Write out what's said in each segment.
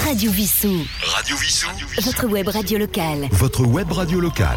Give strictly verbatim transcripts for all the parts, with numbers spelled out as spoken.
Radio Vissou. Radio Vissou. Votre web radio locale. Votre web radio locale.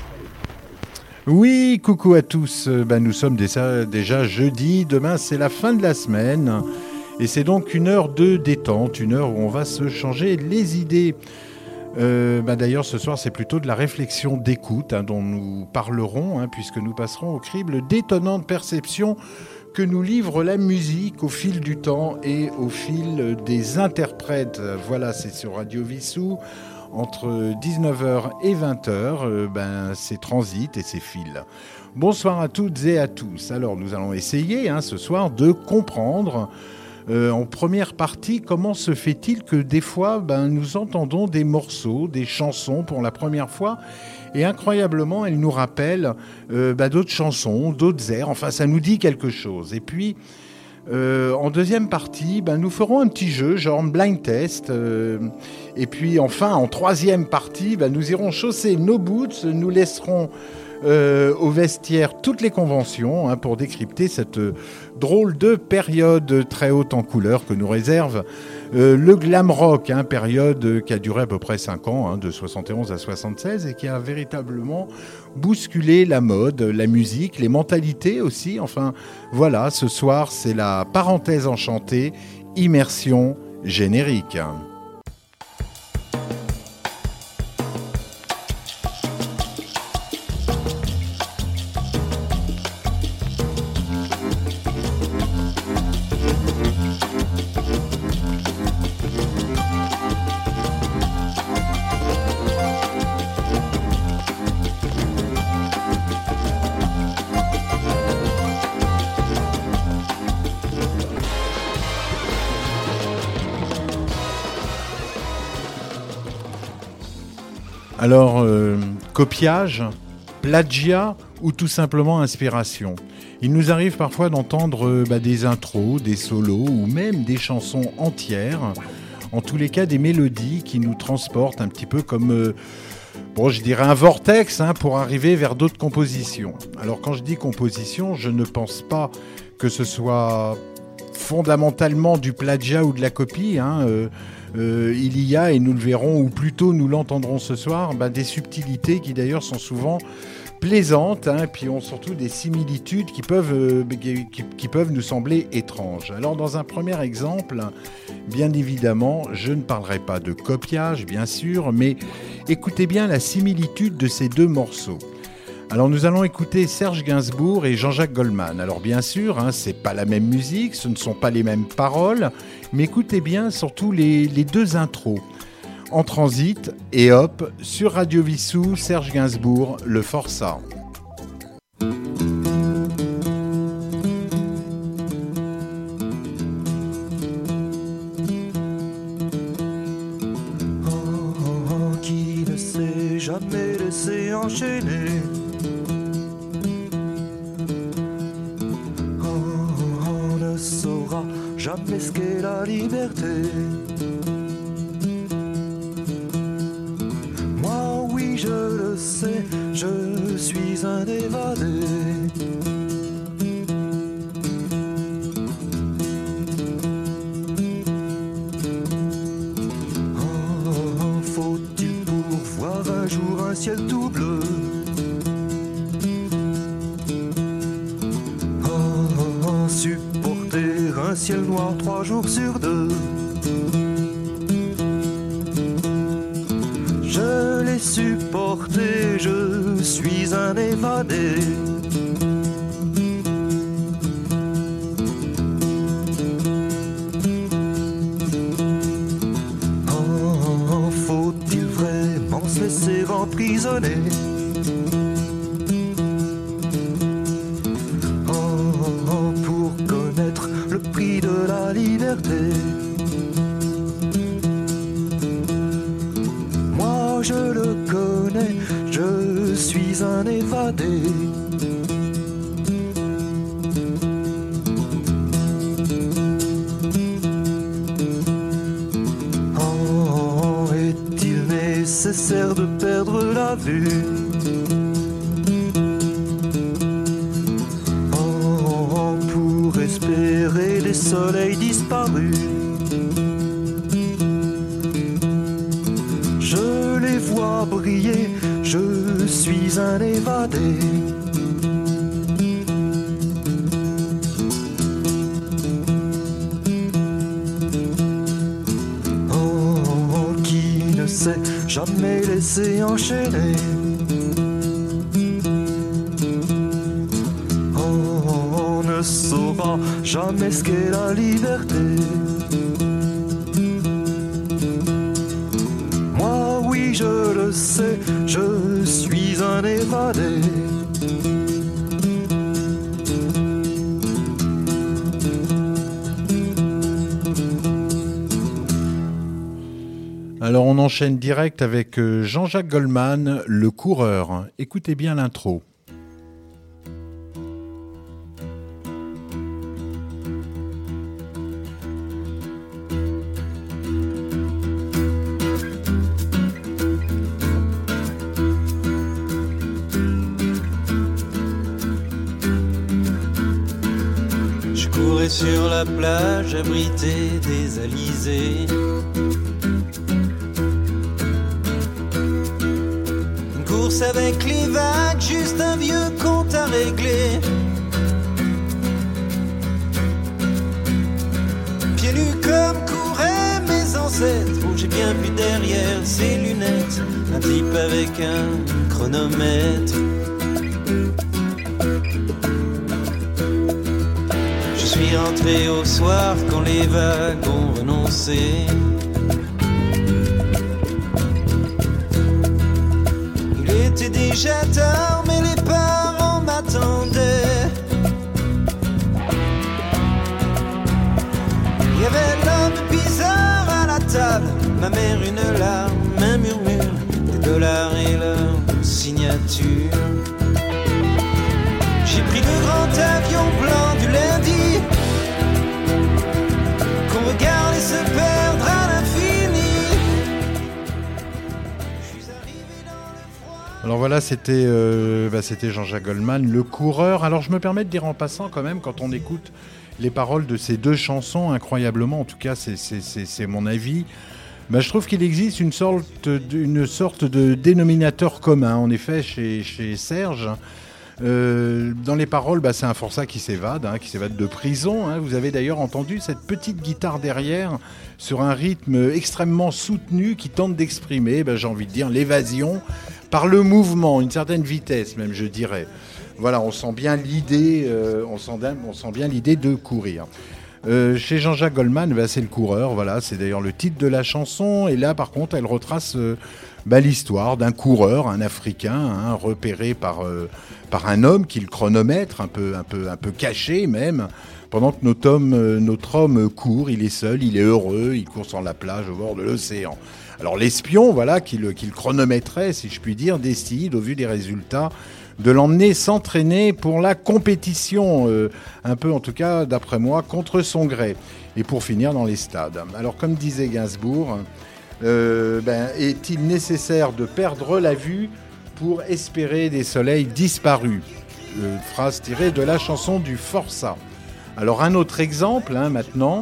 Oui, coucou à tous. Ben, nous sommes déjà, déjà jeudi. Demain, c'est la fin de la semaine. Et c'est donc une heure de détente, une heure où on va se changer les idées. Euh, ben d'ailleurs, ce soir, c'est plutôt de la réflexion d'écoute hein, dont nous parlerons, hein, puisque nous passerons au crible d'étonnantes perceptions que nous livre la musique au fil du temps et au fil des interprètes. Voilà, c'est sur Radio Vissou. Entre dix-neuf heures et vingt heures, euh, ben, c'est Transit et c'est Fil. Bonsoir à toutes et à tous. Alors, nous allons essayer hein, ce soir de comprendre euh, en première partie comment se fait-il que des fois, ben, nous entendons des morceaux, des chansons pour la première fois et incroyablement, elles nous rappellent euh, ben, d'autres chansons, d'autres airs. Enfin, ça nous dit quelque chose. Et puis, Euh, en deuxième partie, ben, nous ferons un petit jeu, genre blind test. Euh, et puis enfin, en troisième partie, ben, nous irons chausser nos boots, nous laisserons euh, au vestiaire toutes les conventions hein, pour décrypter cette drôle de période très haute en couleurs que nous réserve euh, le glam rock, hein, période qui a duré à peu près cinq ans, hein, de soixante et onze à soixante-seize, et qui a véritablement bousculé la mode, la musique, les mentalités aussi. Enfin, voilà, ce soir, c'est la parenthèse enchantée, immersion générique. Alors, euh, copiage, plagiat ou tout simplement inspiration. Il nous arrive parfois d'entendre euh, bah, des intros, des solos ou même des chansons entières. En tous les cas, des mélodies qui nous transportent un petit peu comme, euh, bon, je dirais un vortex hein, pour arriver vers d'autres compositions. Alors, quand je dis composition, je ne pense pas que ce soit fondamentalement du plagiat ou de la copie. Hein, euh, Euh, il y a, et nous le verrons, ou plutôt nous l'entendrons ce soir, bah, des subtilités qui d'ailleurs sont souvent plaisantes, hein, puis ont surtout des similitudes qui peuvent, euh, qui, qui peuvent nous sembler étranges. Alors dans un premier exemple, bien évidemment, je ne parlerai pas de copiage, bien sûr, mais écoutez bien la similitude de ces deux morceaux. Alors nous allons écouter Serge Gainsbourg et Jean-Jacques Goldman. Alors bien sûr, hein, c'est pas la même musique, ce ne sont pas les mêmes paroles, mais écoutez bien surtout les, les deux intros. En Transit et hop, sur Radio Vissou, Serge Gainsbourg, le Forçat. Oh, qui ne s'est jamais laissé enchaîner. Jamais ce qu'est la liberté. Moi oui je le sais, je suis un évadé. Oh, faut-il pour voir un jour un ciel tout bleu? Oh, supporter un ciel noir trois jours sur deux. Je l'ai supporté, je suis un évadé. Oh, faut-il vraiment se laisser emprisonner? De la liberté. Moi je le connais, je suis un évadé. Oh, est-il nécessaire de perdre la vue? espérer les soleils disparus. briller, je suis un évadé. Oh, qui ne s'est jamais laissé enchaîner. Oh, on ne saura jamais ce qu'est la liberté. Je le sais, je suis un évadé. Alors on enchaîne direct avec Jean-Jacques Goldman, Le Coureur. Écoutez bien l'intro. Sur la plage abritée des alizés, une course avec les vagues, juste un vieux compte à régler. Pieds nus comme couraient mes ancêtres, où j'ai bien vu derrière ses lunettes un type avec un chronomètre. Je suis rentré au soir quand les vagues ont renoncé. Il était déjà tard mais les parents m'attendaient. Il y avait l'homme bizarre à la table, ma mère une larme, un murmure, des dollars et leur signature. J'ai pris le grand avion blanc du lundi, qu'on regarde et se perdre à l'infini. Je suis arrivé dans le froid. Alors voilà, c'était, euh, bah, c'était Jean-Jacques Goldman, Le Coureur. Alors je me permets de dire en passant quand même, quand on écoute les paroles de ces deux chansons, incroyablement, en tout cas c'est, c'est, c'est, c'est mon avis, bah, je trouve qu'il existe une sorte, une sorte de dénominateur commun. En effet, chez, chez Serge, Euh, dans les paroles, bah, c'est un forçat qui s'évade, hein, qui s'évade de prison. Hein. Vous avez d'ailleurs entendu cette petite guitare derrière sur un rythme extrêmement soutenu qui tente d'exprimer, bah, j'ai envie de dire, l'évasion par le mouvement, une certaine vitesse même, je dirais. Voilà, on sent bien l'idée, euh, on sent, on sent bien l'idée de courir. Euh, chez Jean-Jacques Goldman, bah, c'est Le Coureur, voilà, c'est d'ailleurs le titre de la chanson. Et là, par contre, elle retrace euh, bah, l'histoire d'un coureur, un Africain, hein, repéré par, euh, par un homme qui le chronomètre, un peu, un peu, un peu caché même, pendant que notre homme, euh, notre homme court, il est seul, il est heureux, il court sur la plage au bord de l'océan. Alors l'espion, voilà, qui le, qui le chronométrait, si je puis dire, décide, au vu des résultats, de l'emmener s'entraîner pour la compétition, euh, un peu en tout cas, d'après moi, contre son gré, et pour finir dans les stades. Alors comme disait Gainsbourg, euh, ben, est-il nécessaire de perdre la vue pour espérer des soleils disparus ? euh, Phrase tirée de la chanson du Forçat. Alors un autre exemple, hein, maintenant,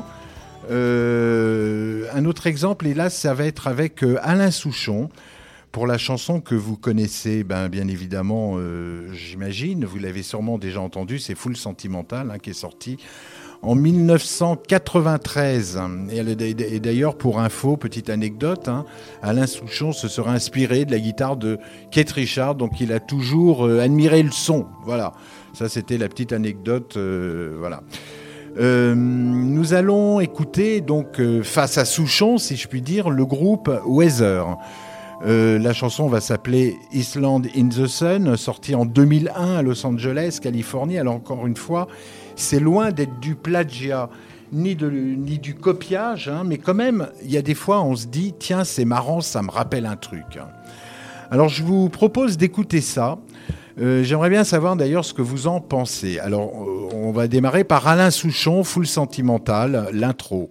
euh, un autre exemple, et là ça va être avec euh, Alain Souchon, pour la chanson que vous connaissez, ben, bien évidemment, euh, j'imagine, vous l'avez sûrement déjà entendu, c'est Full Sentimental, hein, qui est sorti en dix-neuf cent quatre-vingt-treize. Et, et d'ailleurs, pour info, petite anecdote, hein, Alain Souchon se serait inspiré de la guitare de Keith Richards, donc il a toujours euh, admiré le son. Voilà, ça c'était la petite anecdote, euh, voilà. Euh, nous allons écouter, donc, euh, face à Souchon, si je puis dire, le groupe Weather. Euh, la chanson va s'appeler Island in the Sun, sortie en deux mille un à Los Angeles, Californie. Alors encore une fois, c'est loin d'être du plagiat ni, de, ni du copiage, hein, mais quand même, il y a des fois, on se dit, tiens, c'est marrant, ça me rappelle un truc. Alors je vous propose d'écouter ça. Euh, j'aimerais bien savoir d'ailleurs ce que vous en pensez. Alors euh, on va démarrer par Alain Souchon, Full Sentimental, l'intro.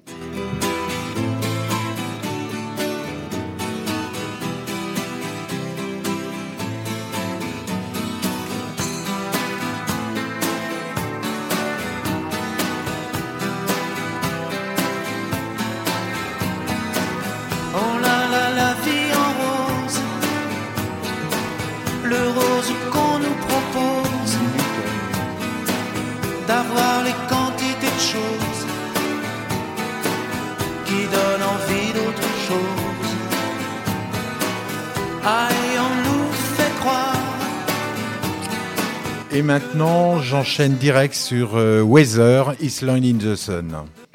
voir les quantités de choses qui donnent envie d'autre chose. Aïe, on nous fait croire. Et maintenant, j'enchaîne direct sur euh, Weather, Island in the Sun.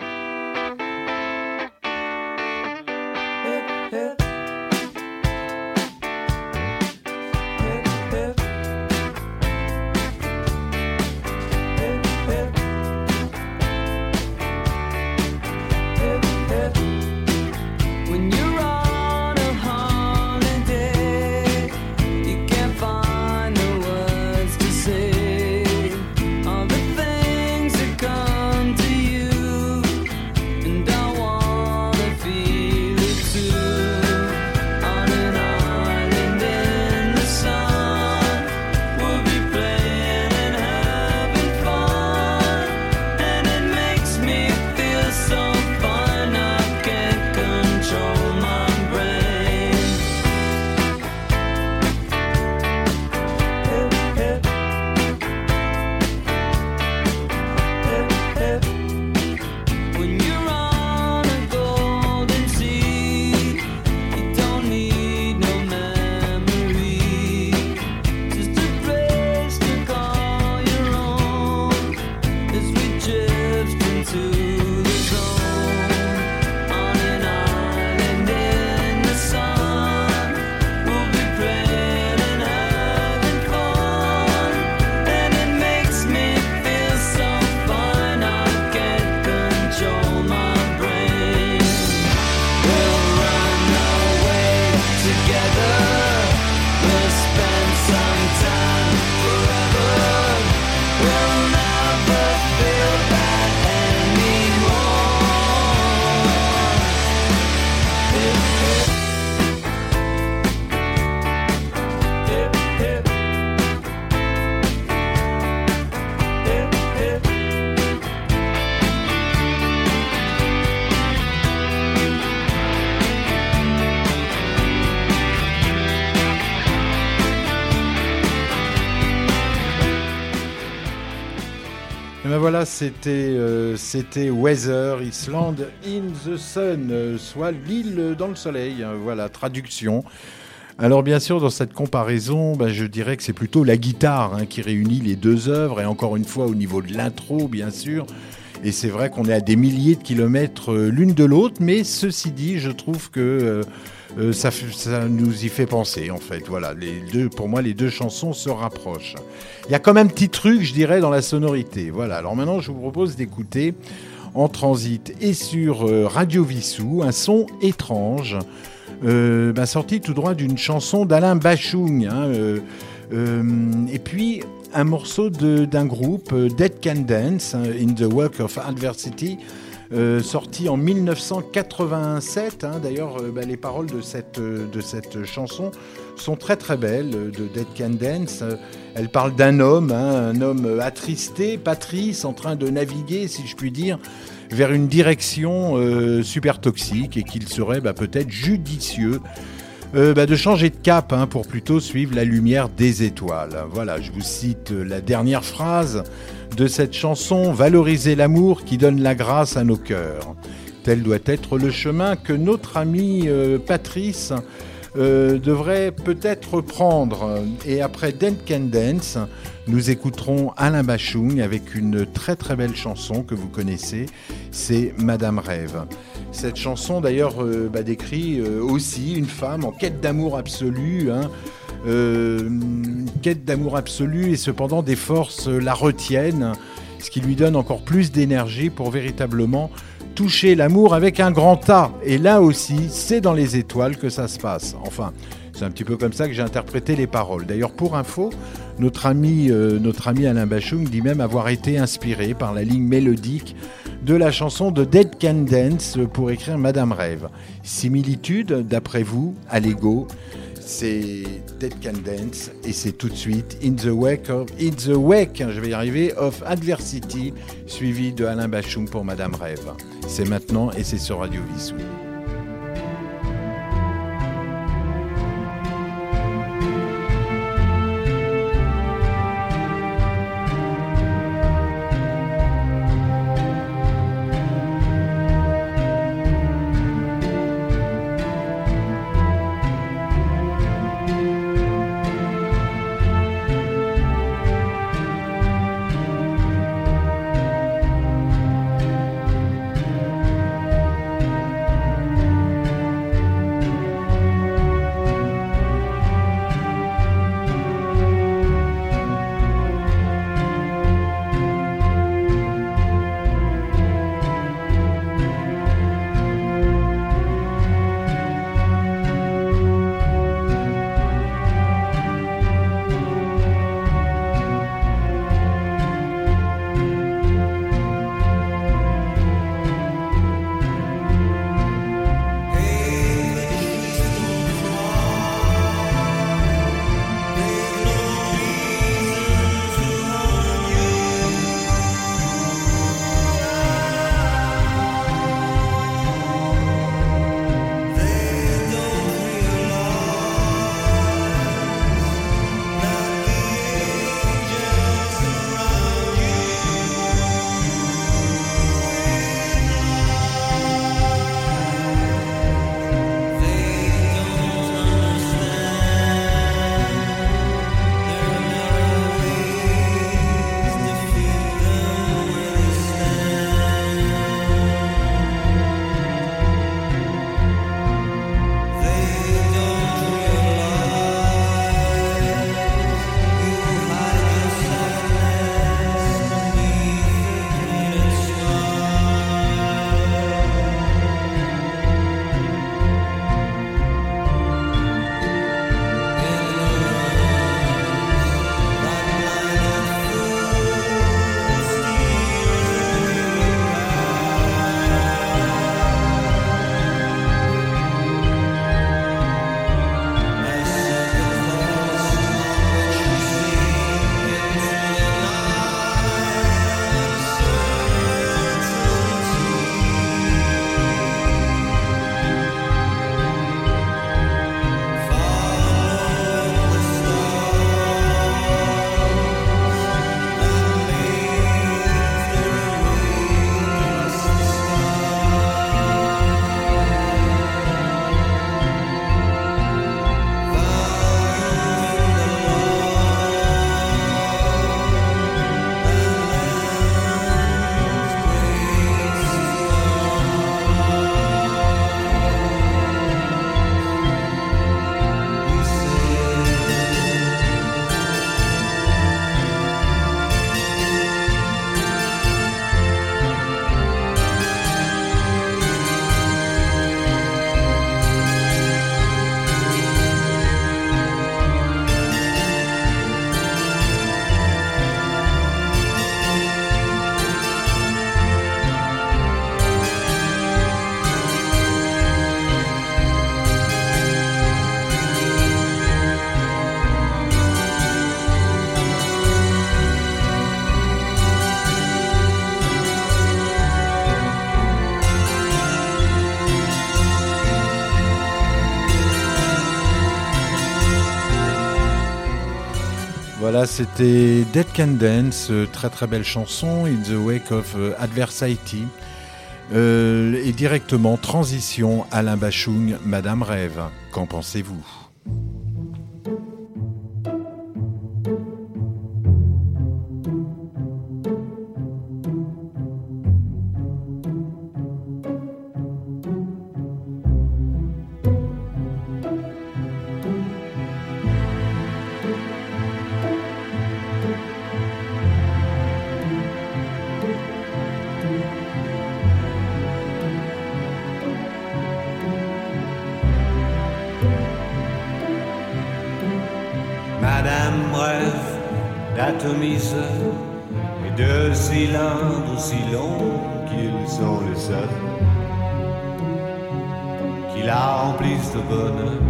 Ben voilà, c'était, euh, c'était Weather, Island in the Sun, euh, soit l'île dans le soleil. Hein, voilà, traduction. Alors bien sûr, dans cette comparaison, ben, je dirais que c'est plutôt la guitare hein, qui réunit les deux œuvres, et encore une fois au niveau de l'intro, bien sûr. Et c'est vrai qu'on est à des milliers de kilomètres euh, l'une de l'autre, mais ceci dit, je trouve que euh, euh, ça, ça nous y fait penser, en fait. Voilà, les deux, pour moi, les deux chansons se rapprochent. Il y a quand même un petit truc, je dirais, dans la sonorité. Voilà, alors maintenant, je vous propose d'écouter en transit et sur euh, Radio Vissou un son étrange, euh, bah, sorti tout droit d'une chanson d'Alain Bashung. Hein, euh, euh, et puis... un morceau de, d'un groupe, euh, Dead Can Dance, hein, In the Wake of Adversity, euh, sorti en dix-neuf cent quatre-vingt-sept. Hein, d'ailleurs, euh, bah, les paroles de cette, euh, de cette chanson sont très très belles, euh, de Dead Can Dance. Euh, elle parle d'un homme, hein, un homme attristé, Patrice, en train de naviguer, si je puis dire, vers une direction euh, super toxique, et qu'il serait bah, peut-être judicieux Euh, bah de changer de cap hein, pour plutôt suivre la lumière des étoiles. Voilà, je vous cite la dernière phrase de cette chanson: « Valoriser l'amour qui donne la grâce à nos cœurs. Tel doit être le chemin que notre ami euh, Patrice euh, devrait peut-être prendre. » Et après Dead Can Dance, nous écouterons Alain Bashung avec une très très belle chanson que vous connaissez, c'est Madame Rêve. Cette chanson, d'ailleurs, euh, bah, décrit euh, aussi une femme en quête d'amour absolu, hein, euh, quête d'amour absolu, et cependant des forces la retiennent, ce qui lui donne encore plus d'énergie pour véritablement toucher l'amour avec un grand A. Et là aussi, c'est dans les étoiles que ça se passe. Enfin, c'est un petit peu comme ça que j'ai interprété les paroles. D'ailleurs, pour info, notre ami, euh, notre ami Alain Bashung dit même avoir été inspiré par la ligne mélodique de la chanson de Dead Can Dance pour écrire Madame Rêve. Similitude, d'après vous, à l'ego, c'est Dead Can Dance, et c'est tout de suite In the Wake of, In the Wake, je vais y arriver, of Adversity, suivi de Alain Bashung pour Madame Rêve. C'est maintenant et c'est sur Radio Vissou. Voilà, c'était Dead Can Dance, euh, très très belle chanson, In the Wake of euh, Adversity. Euh, et directement, transition, Alain Bachung, Madame Rêve. Qu'en pensez-vous ? Madame rêve d'atomiseur et de cylindres aussi longs qu'ils sont les seuls qui la remplissent de bonheur.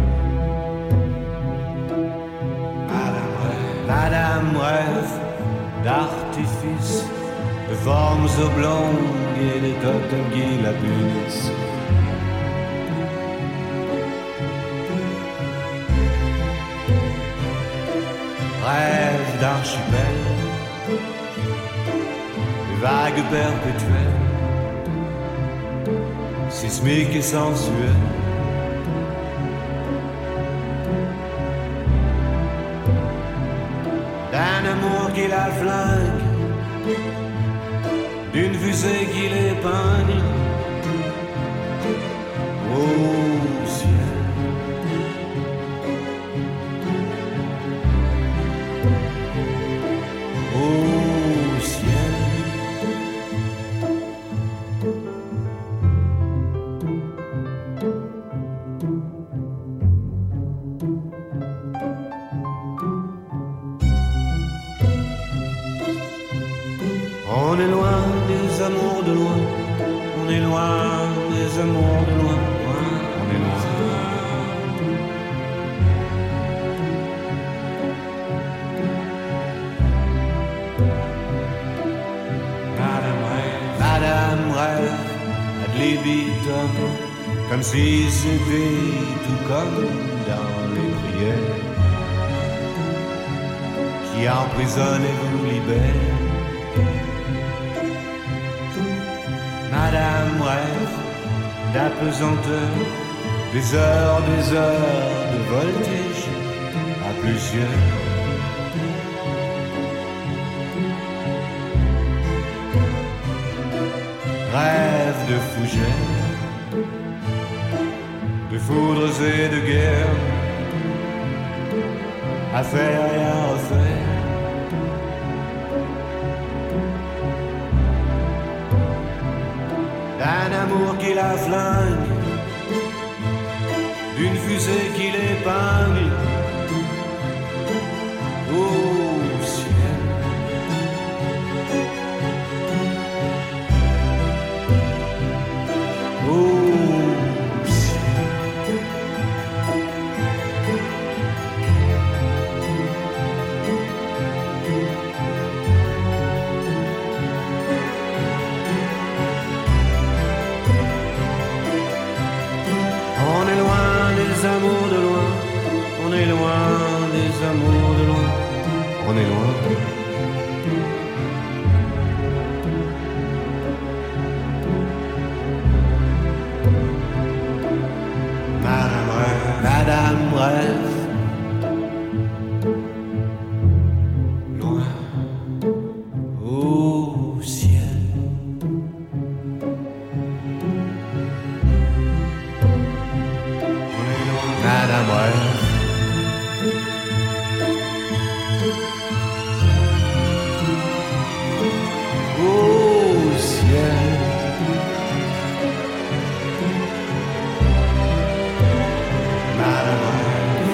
Madame rêve, Madame rêve d'artifices, de formes oblongues et des totems qui la punissent. Rêve d'archipel, de vagues perpétuelles, sismiques et sensuelles. D'un amour qui la flingue, d'une fusée qui l'épingle. Au ciel. Au ciel. On est loin des amours de loin, on est loin des amours de loin, loin. On est loin. Madame rêve, Madame rêve, ad libitum, comme si c'était tout comme dans les prières qui emprisonnent et vous libèrent. Madame rêve d'apesanteur, des heures, des heures de voltige à plusieurs. Rêve de fougères, de foudres et de guerres, à faire et à refaire. D'un amour qui la flingue, d'une fusée qui l'épingle. Au ciel. Au ciel. On est loin des amours de loin, on est loin des amours de loin, on est loin. Madame rêve, Madame rêve, loin au ciel. Madame rêve. Au ciel. Madame rêve.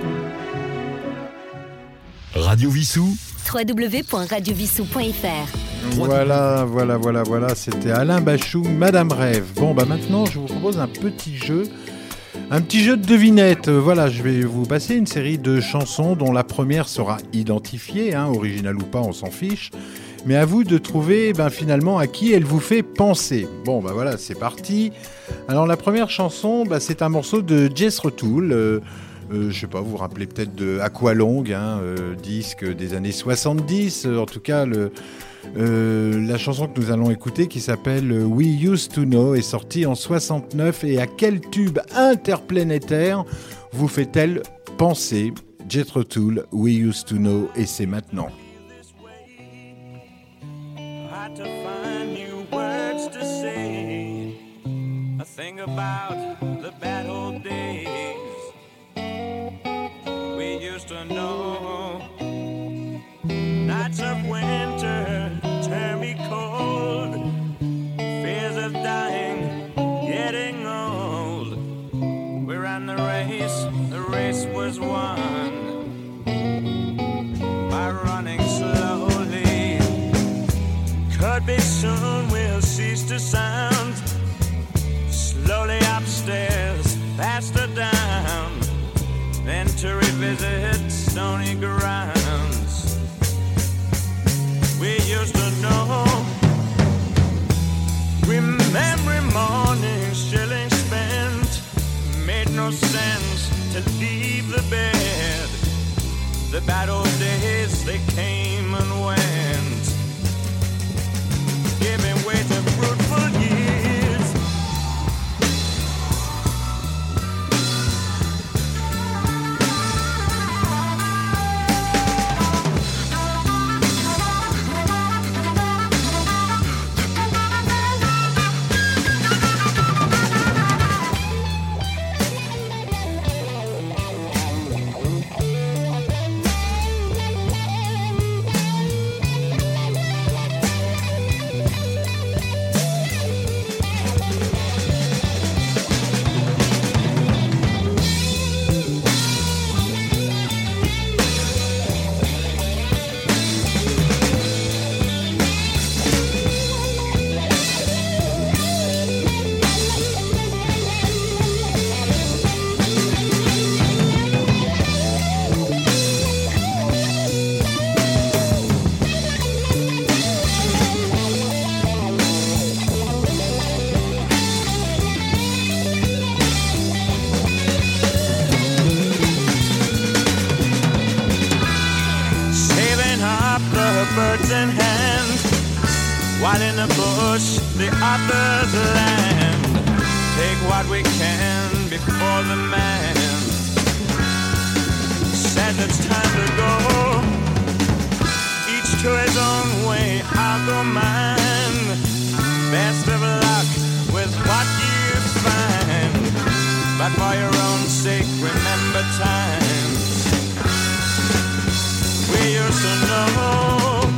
Radio Vissou, w w w point radio vissou point f r Voilà, voilà, voilà, voilà, c'était Alain Bachung, Madame Rêve. Bon, bah maintenant, je vous propose un petit jeu, un petit jeu de devinette. Voilà, je vais vous passer une série de chansons dont la première sera identifiée, hein, originale ou pas, on s'en fiche. Mais à vous de trouver, ben, finalement, à qui elle vous fait penser. Bon, bah voilà, c'est parti. Alors, la première chanson, bah, c'est un morceau de Jethro Tull. Euh, Euh, je sais pas, vous vous rappelez peut-être de Aqualung, hein, euh, disque des années soixante-dix. Euh, en tout cas, le, euh, la chanson que nous allons écouter, qui s'appelle We Used to Know, est sortie en soixante-neuf. Et à quel tube interplanétaire vous fait-elle penser? Jethro Tull, We Used to Know, et c'est maintenant. To know nights of winter turn me cold, fears of dying, getting old. We ran the race, the race was won by running slowly. Could be soon we'll cease to sound, slowly upstairs, faster down, then to revisit stony grounds we used to know. Remembering mornings, shillings spent, made no sense to leave the bed. The bad old days, they came and went, giving way to fruitful years. Birds in hand, while in the bush the others land. Take what we can before the man says it's time to go. Each to his own way, I'll go mine. Best of luck with what you find, but for your own sake remember times we used to know.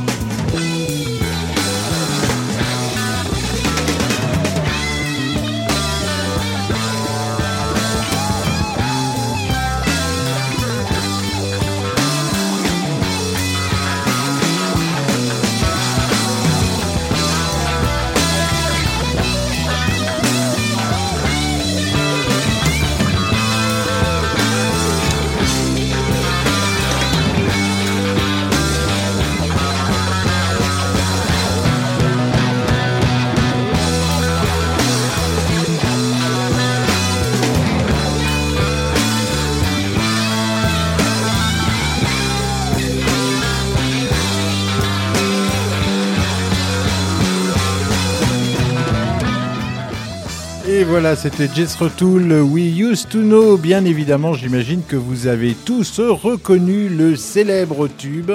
Et voilà, c'était Jethro Tull, We Used to Know. Bien évidemment, j'imagine que vous avez tous reconnu le célèbre tube.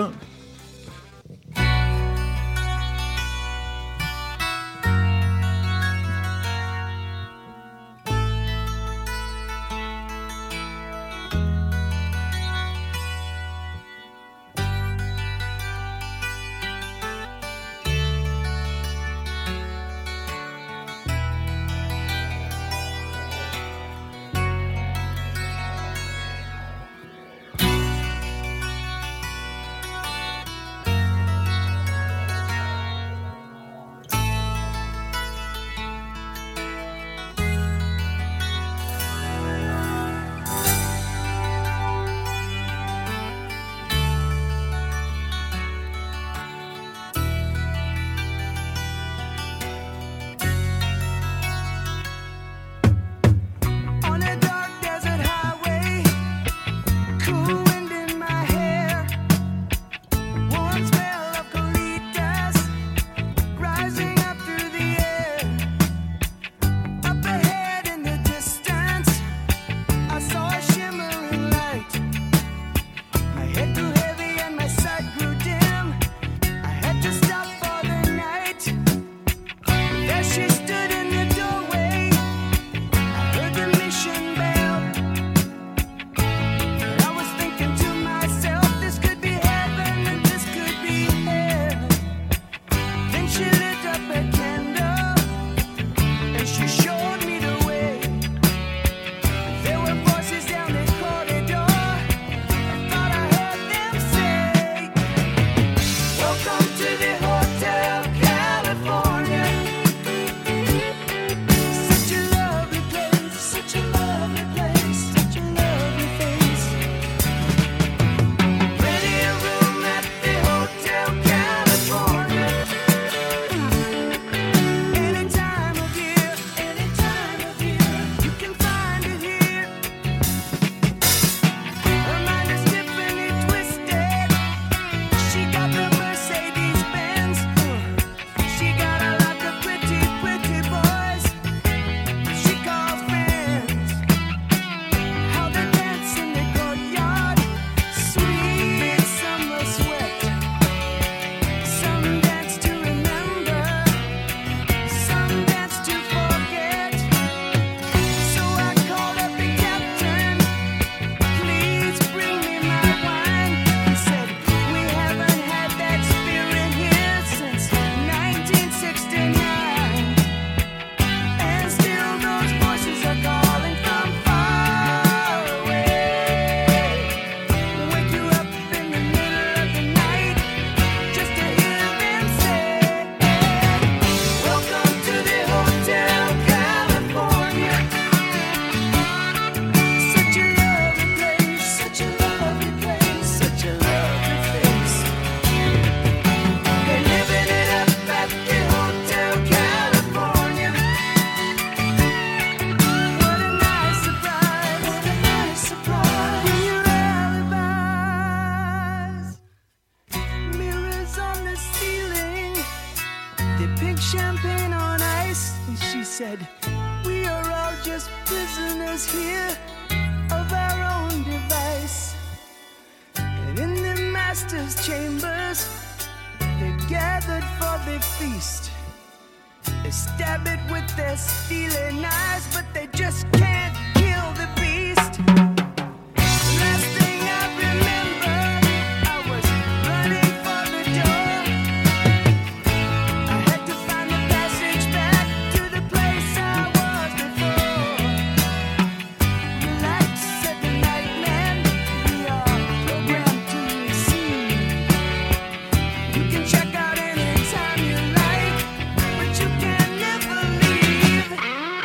champagne on ice. And she said, we are all just prisoners here of our own device. And in the master's chambers, they gathered for the feast. They stab it with their steely knives, but they just can't kill the beast. Last thing I remember, I was running for the door. I had to find the passage back to the place I was before. Relax, said the nightman, we are programmed to receive. You can check out anytime you like, but you can never leave.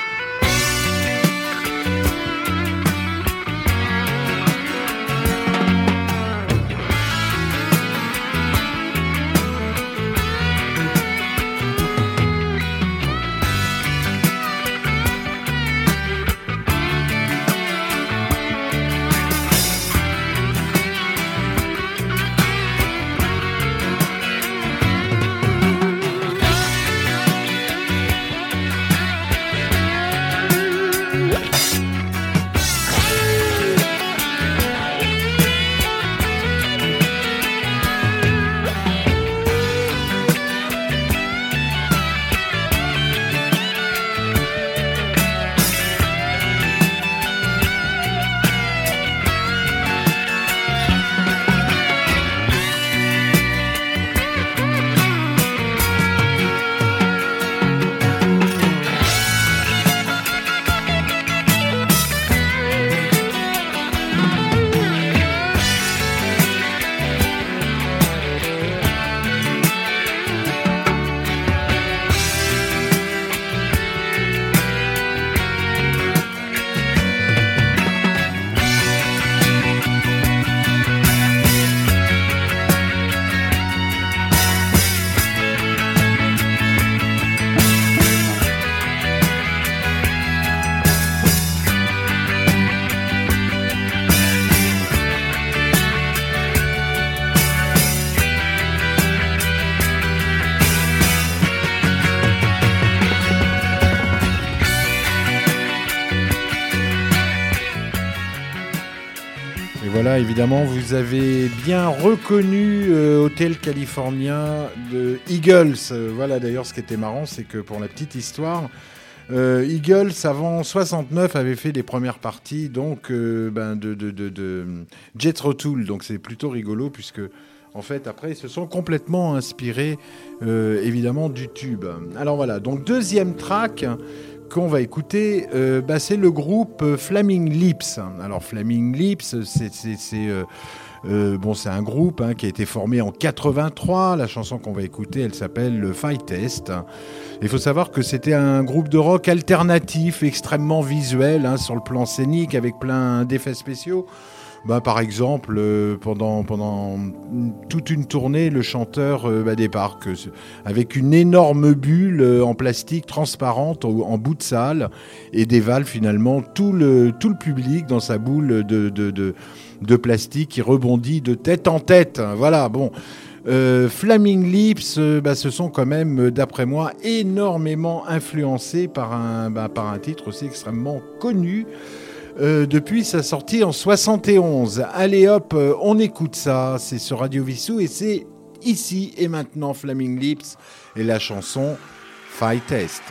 Voilà, évidemment, vous avez bien reconnu euh, Hôtel California de Eagles. Euh, voilà, d'ailleurs, ce qui était marrant, c'est que pour la petite histoire, euh, Eagles, avant soixante-neuf, avait fait les premières parties donc, euh, ben, de, de, de, de Jethro Tull. Donc, c'est plutôt rigolo, puisque, en fait, après, ils se sont complètement inspirés, euh, évidemment, du tube. Alors, voilà, donc, deuxième track qu'on va écouter, euh, bah, c'est le groupe euh, Flaming Lips. Alors Flaming Lips, c'est, c'est, c'est, euh, euh, bon, c'est un groupe hein, qui a été formé en quatre-vingt-trois. La chanson qu'on va écouter, elle s'appelle le Fight Test. Il faut savoir que c'était un groupe de rock alternatif, extrêmement visuel hein, sur le plan scénique, avec plein d'effets spéciaux. Bah, par exemple, euh, pendant, pendant toute une tournée, le chanteur euh, bah, débarque euh, avec une énorme bulle euh, en plastique transparente au, en bout de salle et dévale finalement tout le, tout le public dans sa boule de, de, de, de plastique qui rebondit de tête en tête. Voilà, bon. Euh, Flaming Lips, euh, bah, ce sont quand même, d'après moi, énormément influencés par un, bah, par un titre aussi extrêmement connu. Euh, depuis sa sortie en soixante et onze. Allez hop, euh, on écoute ça, c'est sur Radio Vissou et c'est ici et maintenant Flaming Lips et la chanson Fight Test.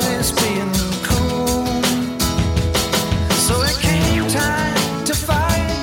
Fight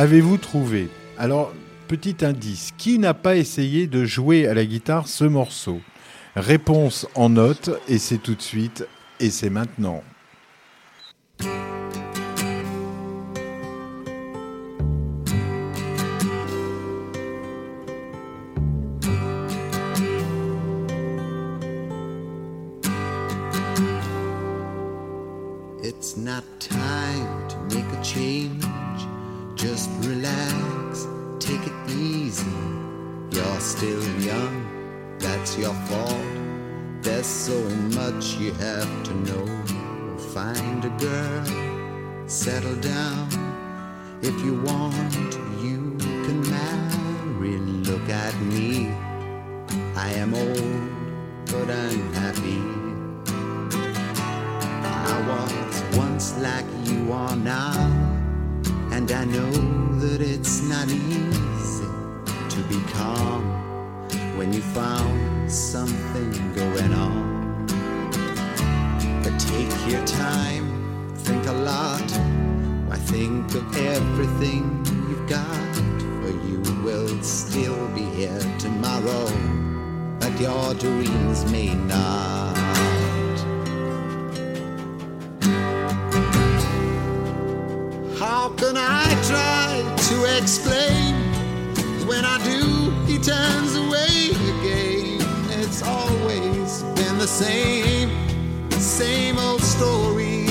Avez-vous trouvé? Alors, petit indice, qui n'a pas essayé de jouer à la guitare ce morceau? Réponse en notes, et c'est tout de suite, et c'est maintenant. It's not time to make a change. Just relax, take it easy. You're still young, that's your fault. There's so much you have to know. Find a girl, settle down. If you want, you can marry. Look at me, I am old, but I'm happy. I was once like you are now, and I know that it's not easy to be calm when you found something going on. But take your time, think a lot. Why think of everything you've got? For you will still be here tomorrow, but your dreams may not. How can I try to explain? When I do, he turns away again. It's always been the same, same old story.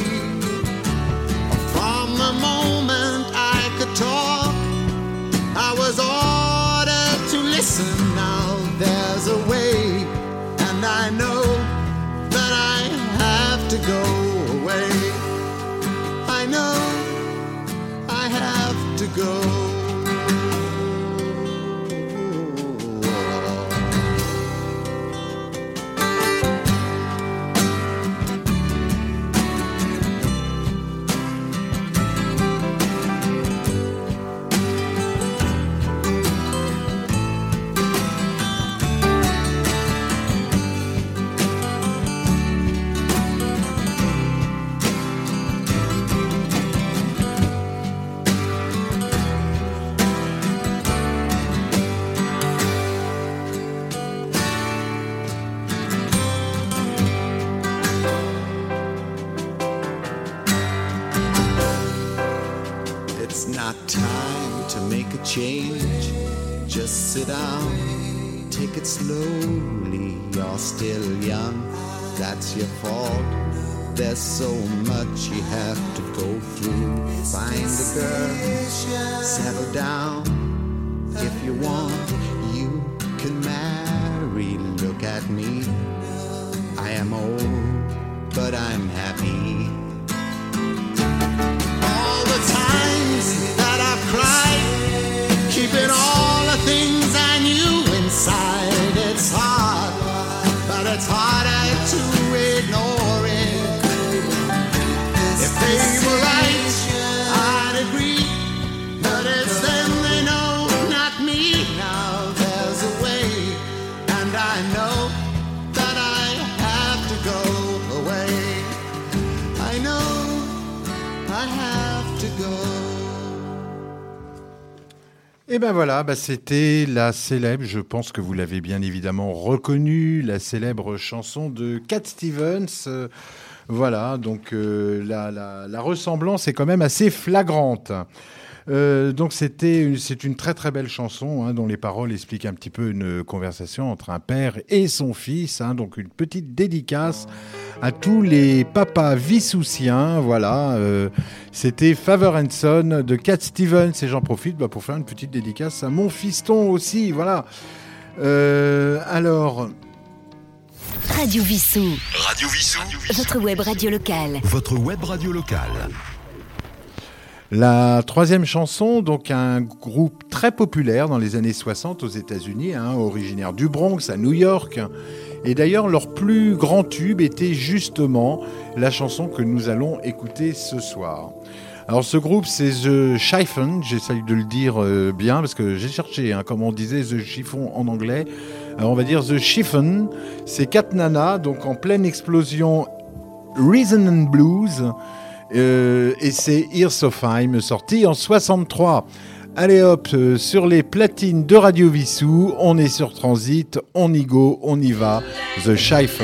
From the moment I could talk, I was ordered to listen. Now there's a way, and I know that I have to go away. I know I have to go. Change, just sit down, take it slowly. You're still young, that's your fault. There's so much you have to go through. Find a girl, settle down. If you want, you can marry. Look at me, I am old, but I'm happy. All the times that I've cried, keeping all the things I knew inside. It's hard, but it's harder to ignore it. If they were right, I'd agree, but it's them they know, not me. Now there's a way, and I know that I have to go away. I know I have to go. Et ben voilà, bah c'était la célèbre, je pense que vous l'avez bien évidemment reconnue, la célèbre chanson de Cat Stevens. Euh, voilà, donc euh, la, la, la ressemblance est quand même assez flagrante. Euh, donc c'était une, c'est une très très belle chanson hein, dont les paroles expliquent un petit peu une conversation entre un père et son fils. Hein, donc une petite dédicace à tous les papas vissoussiens. Voilà, euh, c'était Father and Son de Cat Stevens et j'en profite bah, pour faire une petite dédicace à mon fiston aussi. Voilà. Euh, alors. Radio Vissou. Radio Vissou. Votre web radio locale. Votre web radio locale. La troisième chanson, donc un groupe très populaire dans les années soixante aux États-Unis, hein, originaire du Bronx à New York. Et d'ailleurs, leur plus grand tube était justement la chanson que nous allons écouter ce soir. Alors ce groupe, c'est The Chiffon, j'essaye de le dire euh, bien parce que j'ai cherché, hein, comme on disait The Chiffon en anglais. Alors on va dire The Chiffon, c'est quatre nanas, donc en pleine explosion Rhythm and Blues. Euh, et c'est Here's So Fine, sorti en soixante-trois. Allez hop, euh, sur les platines de Radio Vissou, on est sur Transit, on y go, on y va, The Chiffon.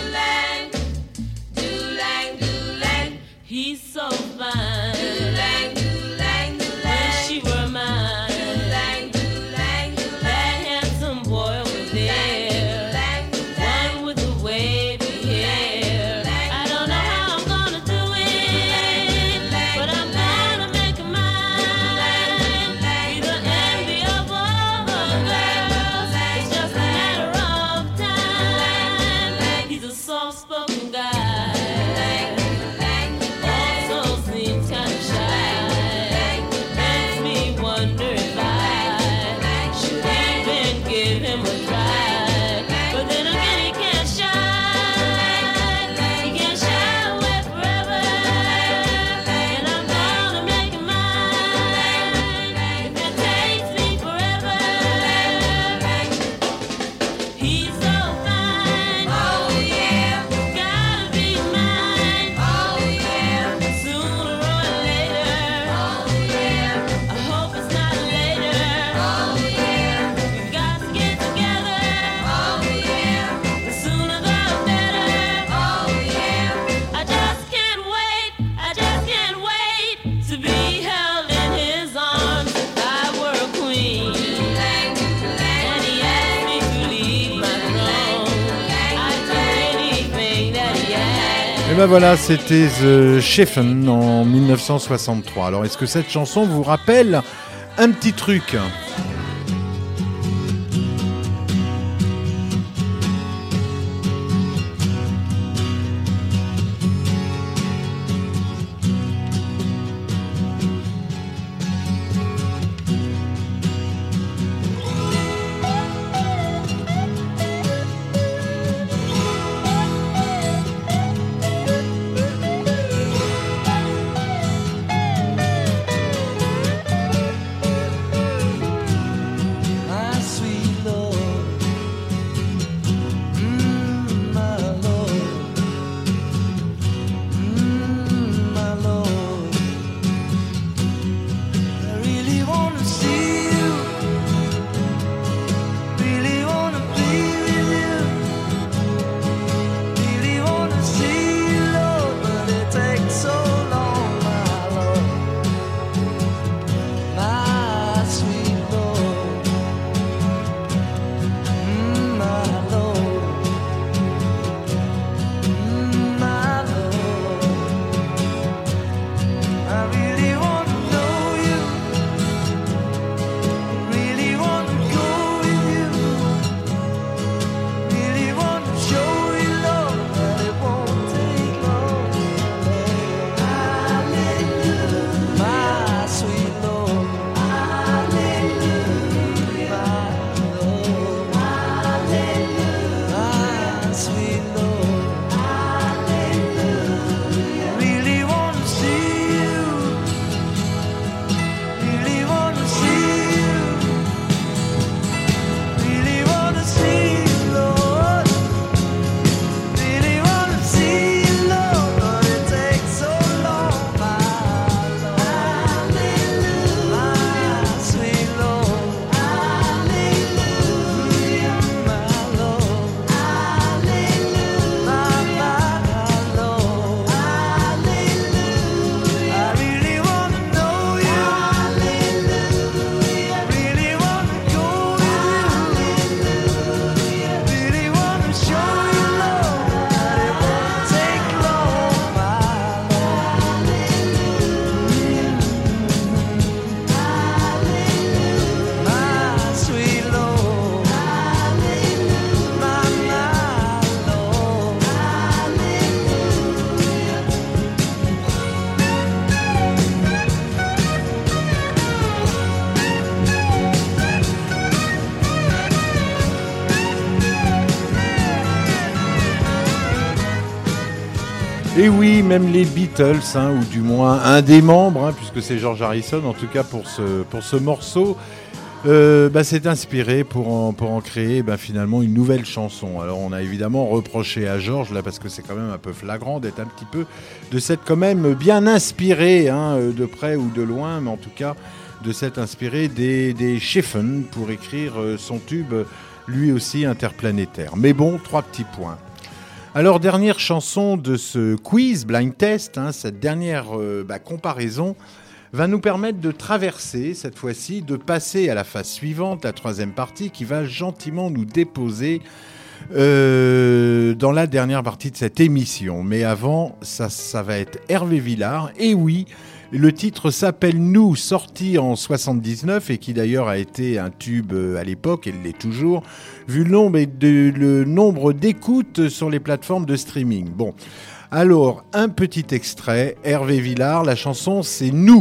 Ben voilà, c'était The Chiffon en dix-neuf cent soixante-trois. Alors, est-ce que cette chanson vous rappelle un petit truc ? Et oui, même les Beatles, hein, ou du moins un des membres, hein, puisque c'est George Harrison, en tout cas pour ce, pour ce morceau, euh, bah, s'est inspiré pour en, pour en créer bah, finalement une nouvelle chanson. Alors on a évidemment reproché à George, là, parce que c'est quand même un peu flagrant d'être un petit peu, de s'être quand même bien inspiré, hein, de près ou de loin, mais en tout cas de s'être inspiré des, des Chiffon pour écrire son tube, lui aussi interplanétaire. Mais bon, trois petits points. Alors, dernière chanson de ce quiz blind test, hein, cette dernière euh, bah, comparaison va nous permettre de traverser, cette fois-ci, de passer à la phase suivante, la troisième partie, qui va gentiment nous déposer euh, dans la dernière partie de cette émission. Mais avant, ça, ça va être Hervé Villard. Et oui, le titre s'appelle « Nous », sorti en soixante-dix-neuf et qui d'ailleurs a été un tube à l'époque, et l'est toujours, vu le nombre, de, le nombre d'écoutes sur les plateformes de streaming. Bon, alors, un petit extrait, Hervé Villard, la chanson c'est « Nous ».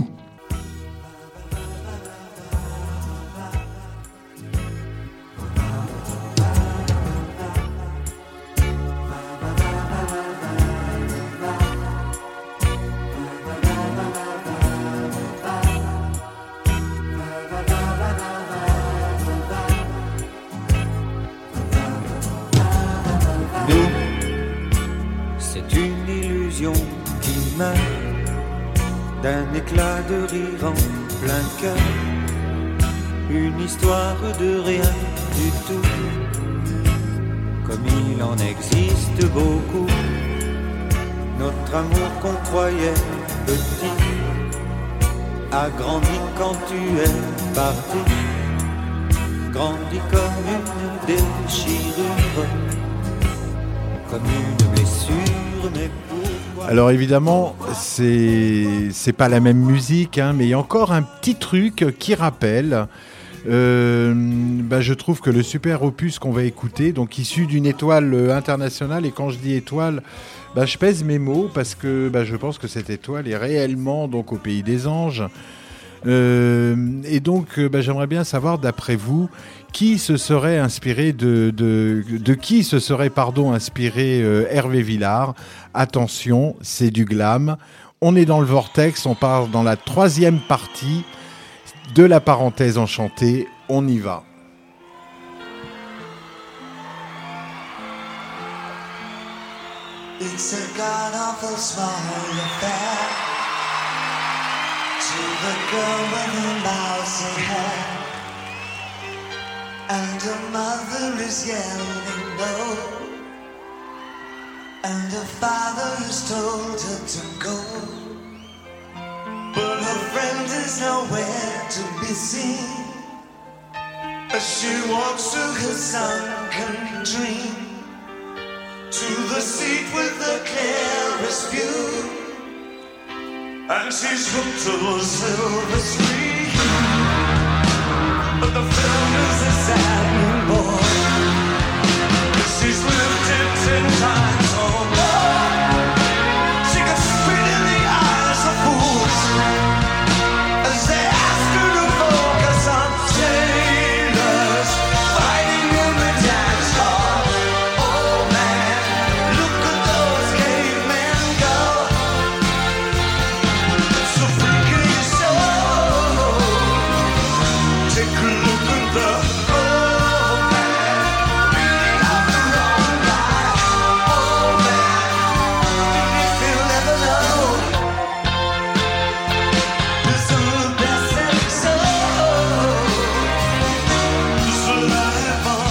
D'un éclat de rire en plein cœur, une histoire de rien du tout, comme il en existe beaucoup. Notre amour qu'on croyait petit a grandi quand tu es parti, grandi comme une déchirure, comme une blessure, mais alors évidemment, c'est c'est pas la même musique, hein, mais il y a encore un petit truc qui rappelle. Euh, bah, je trouve que le super opus qu'on va écouter, donc issu d'une étoile internationale, et quand je dis étoile, bah, je pèse mes mots parce que bah, je pense que cette étoile est réellement donc au pays des anges. Euh, et donc, bah, j'aimerais bien savoir, d'après vous, qui se serait inspiré de, de, de qui se serait pardon inspiré euh, Hervé Villard. Attention, c'est du glam. On est dans le vortex, on part dans la troisième partie de la parenthèse enchantée. On y va. It's a god-awful small affair to the girl with the mousy hair, and her mother is yelling no, and her father has told her to go, but her friend is nowhere to be seen as she walks to her sunken dream, to the seat with the clearest view, and she's hooked to the silver screen. But the film is a sad boy. She's lived it ten times or more. She gets spit in the eyes of fools as they ask her to focus on tailors fighting in the dance hall. Oh man, look at those cavemen go. It's so freaky so. Take a look at the old man beating up the wrong guy. Oh man, if you'll never know, this is the best episode. This is life on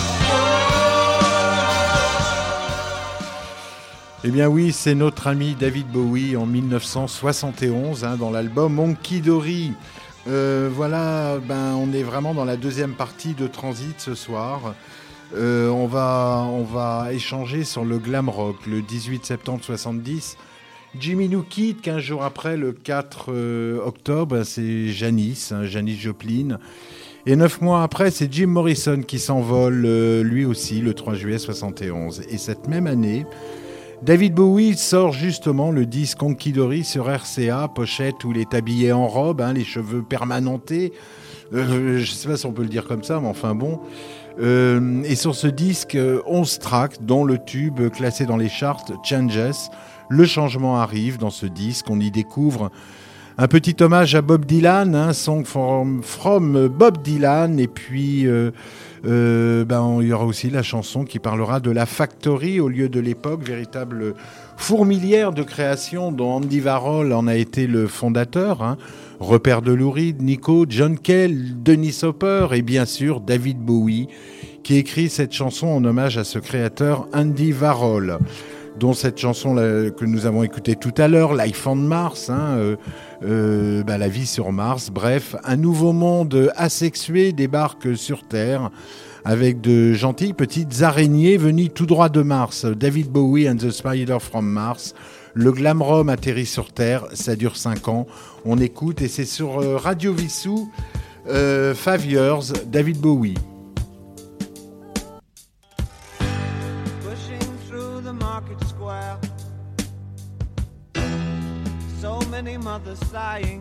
Eh bien oui, c'est notre ami David Bowie en dix-neuf cent soixante et onze, hein, dans l'album Monkey Dory. Euh, voilà, ben, on est vraiment dans la deuxième partie de Transit ce soir. Euh, on, va, on va échanger sur le glam rock. Le dix-huit septembre soixante-dix, Jimmy nous quitte. quinze jours après, le quatre euh, octobre, c'est Janis, hein, Janis Joplin. Et neuf mois après, c'est Jim Morrison qui s'envole, euh, lui aussi, le trois juillet soixante et onze. Et cette même année, David Bowie sort justement le disque Monkey Dory sur R C A, pochette où il est habillé en robe, hein, les cheveux permanentés. Euh, je ne sais pas si on peut le dire comme ça, mais enfin bon. Euh, et sur ce disque, onze tracks, dont le tube classé dans les charts Changes. Le changement arrive dans ce disque. On y découvre un petit hommage à Bob Dylan, un hein, song from, from Bob Dylan. Et puis, euh, euh, ben, il y aura aussi la chanson qui parlera de la Factory au lieu de l'époque, véritable fourmilière de création dont Andy Warhol en a été le fondateur. Hein. Repère de Lou Reed, Nico, John Cale, Dennis Hopper et bien sûr David Bowie, qui écrit cette chanson en hommage à ce créateur Andy Warhol, dont cette chanson là, que nous avons écoutée tout à l'heure, Life on Mars, hein, euh, euh, bah, la vie sur Mars, bref, un nouveau monde asexué débarque sur Terre avec de gentilles petites araignées venues tout droit de Mars. David Bowie and the Spider from Mars. Le glam rom atterrit sur Terre, ça dure cinq ans. On écoute et c'est sur euh, Radio Vissou, euh, Five Years, David Bowie. Pushing through the market square, so many mothers sighing.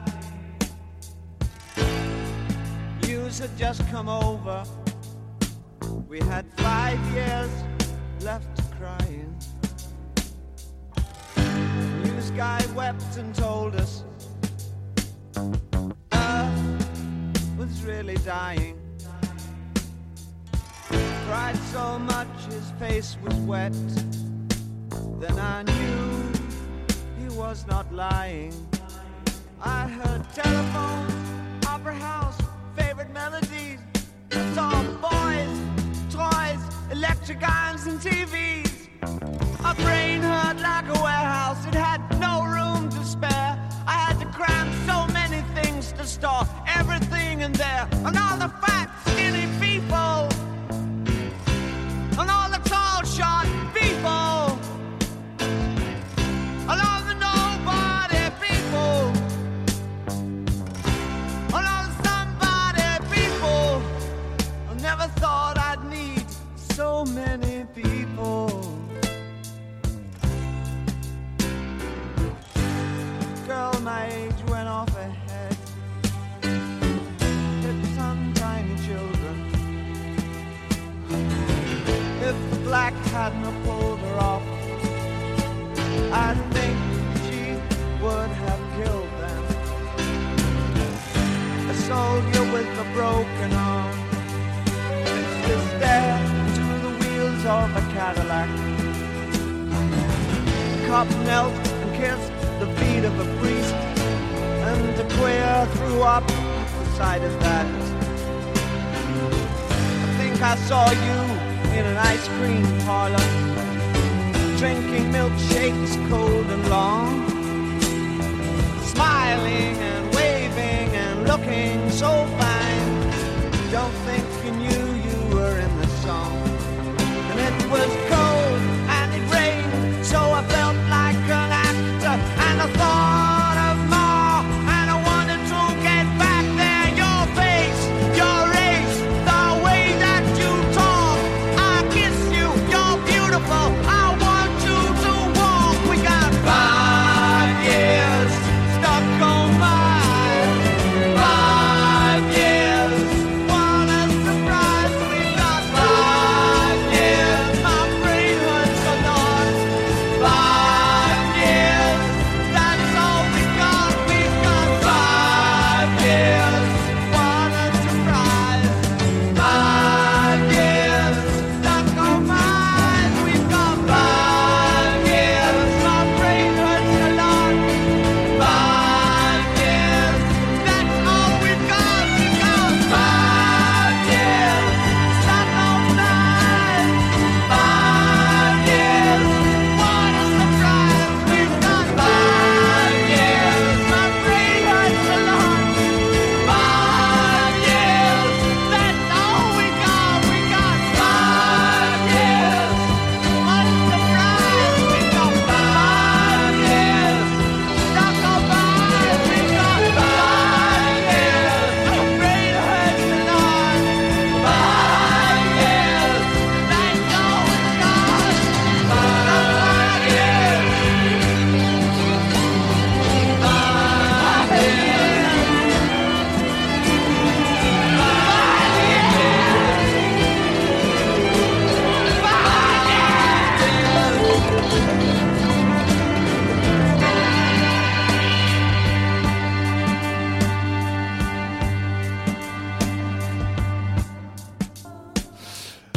News had just come over. We had five years left crying. News guy wept and told us Earth was really dying. Cried so much his face was wet. Then I knew he was not lying. I heard telephones, opera house, favorite melodies. I saw boys, toys, electric irons and T Vs. My brain hurt like a warehouse, it had no room to spare. I had to cram so many things to store everything in there. And all the fat, skinny people, and all the tall, short people, and all the nobody people, and all the somebody people. I never thought I'd need so many people. Girl my age went off ahead, hit some tiny children. If the black hadn't have pulled her off, I think she would have killed them. A soldier with a broken arm fixed his stare to the wheels of a Cadillac. The cop knelt and kissed the feet of a priest, and the queer threw up the sight of that. I think I saw you in an ice cream parlor, drinking milkshakes cold and long, smiling and waving and looking so fine. Don't think you knew you were in the song. And it was cold and it rained, so I felt like an actor, and I thought of more, and I wanted to get back there. Your face, your race, the way that you talk, I kiss you, you're beautiful, I want you to walk. We got five years stuck on my five years.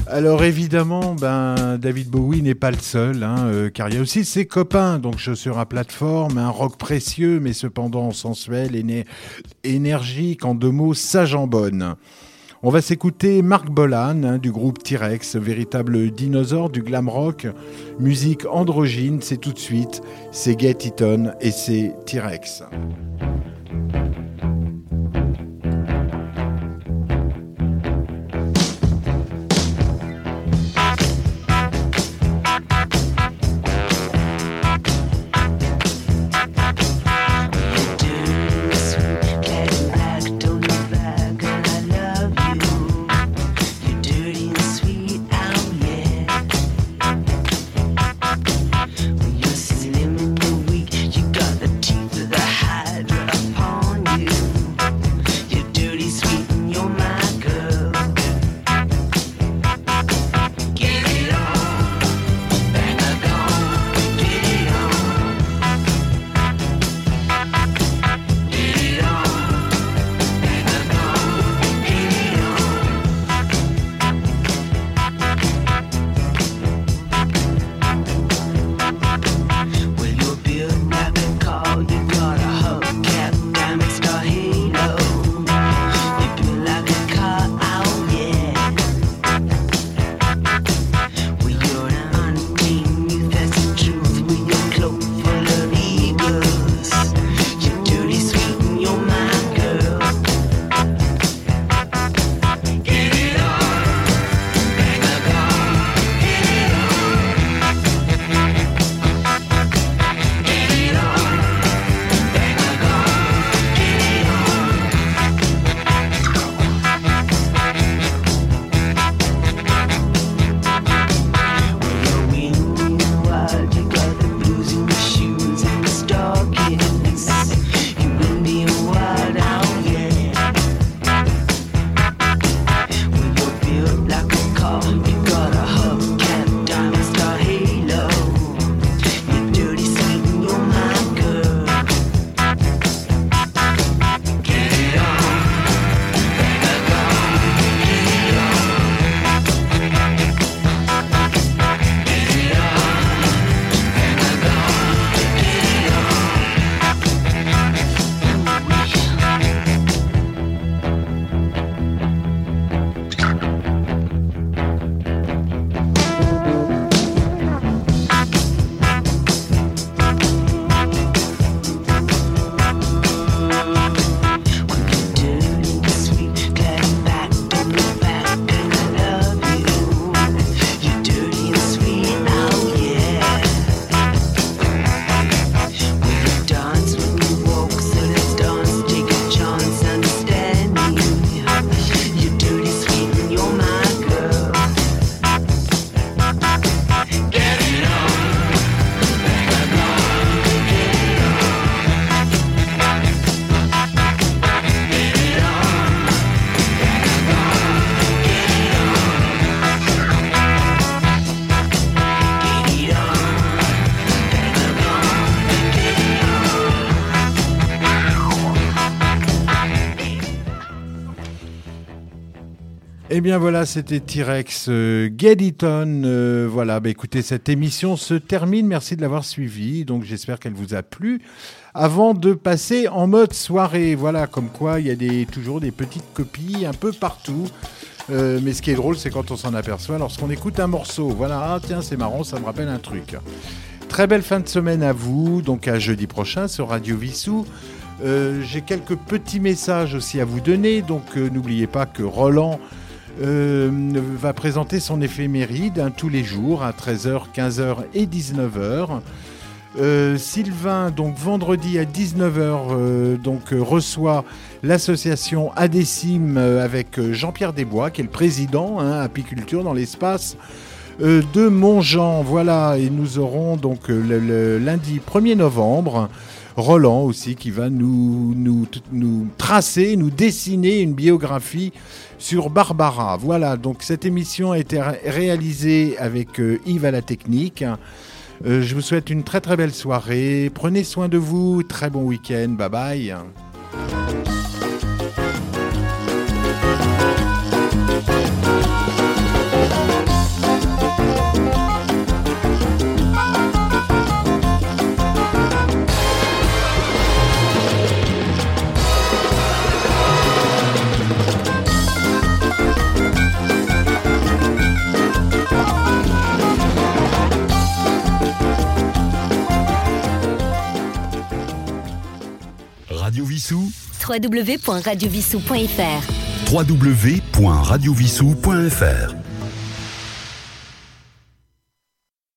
Alors évidemment, ben, David Bowie n'est pas le seul, hein, euh, car il y a aussi ses copains, donc chaussures à plateforme, un rock précieux, mais cependant sensuel, éner- énergique, en deux mots, ça jambonne. On va s'écouter Marc Bolan, hein, du groupe T-Rex, véritable dinosaure du glam rock, musique androgyne, c'est tout de suite, c'est Get It On et c'est T-Rex. Eh bien voilà, c'était T-Rex, euh, Get It On. Euh, voilà, bah, écoutez, cette émission se termine. Merci de l'avoir suivie. Donc j'espère qu'elle vous a plu. Avant de passer en mode soirée, voilà, comme quoi il y a des, toujours des petites copies un peu partout. Euh, mais ce qui est drôle, c'est quand on s'en aperçoit lorsqu'on écoute un morceau. Voilà, ah tiens, c'est marrant, ça me rappelle un truc. Très belle fin de semaine à vous, donc à jeudi prochain sur Radio Vissou. Euh, j'ai quelques petits messages aussi à vous donner, donc euh, n'oubliez pas que Roland euh, va présenter son éphéméride hein, tous les jours à treize heures, quinze heures et dix-neuf heures. Euh, Sylvain, donc vendredi à dix-neuf heures, euh, donc euh, reçoit l'association Adécime euh, avec Jean-Pierre Desbois, qui est le président hein, apiculture dans l'espace euh, de Montjean. Voilà, et nous aurons donc euh, le, le lundi premier novembre Roland aussi qui va nous, nous, nous tracer, nous dessiner une biographie sur Barbara. Voilà, donc cette émission a été ré- réalisée avec euh, Yves à la technique. Euh, je vous souhaite une très très belle soirée. Prenez soin de vous. Très bon week-end. Bye bye. Radio Vissou. w w w point radio vissou point f r w w w point radio vissou point f r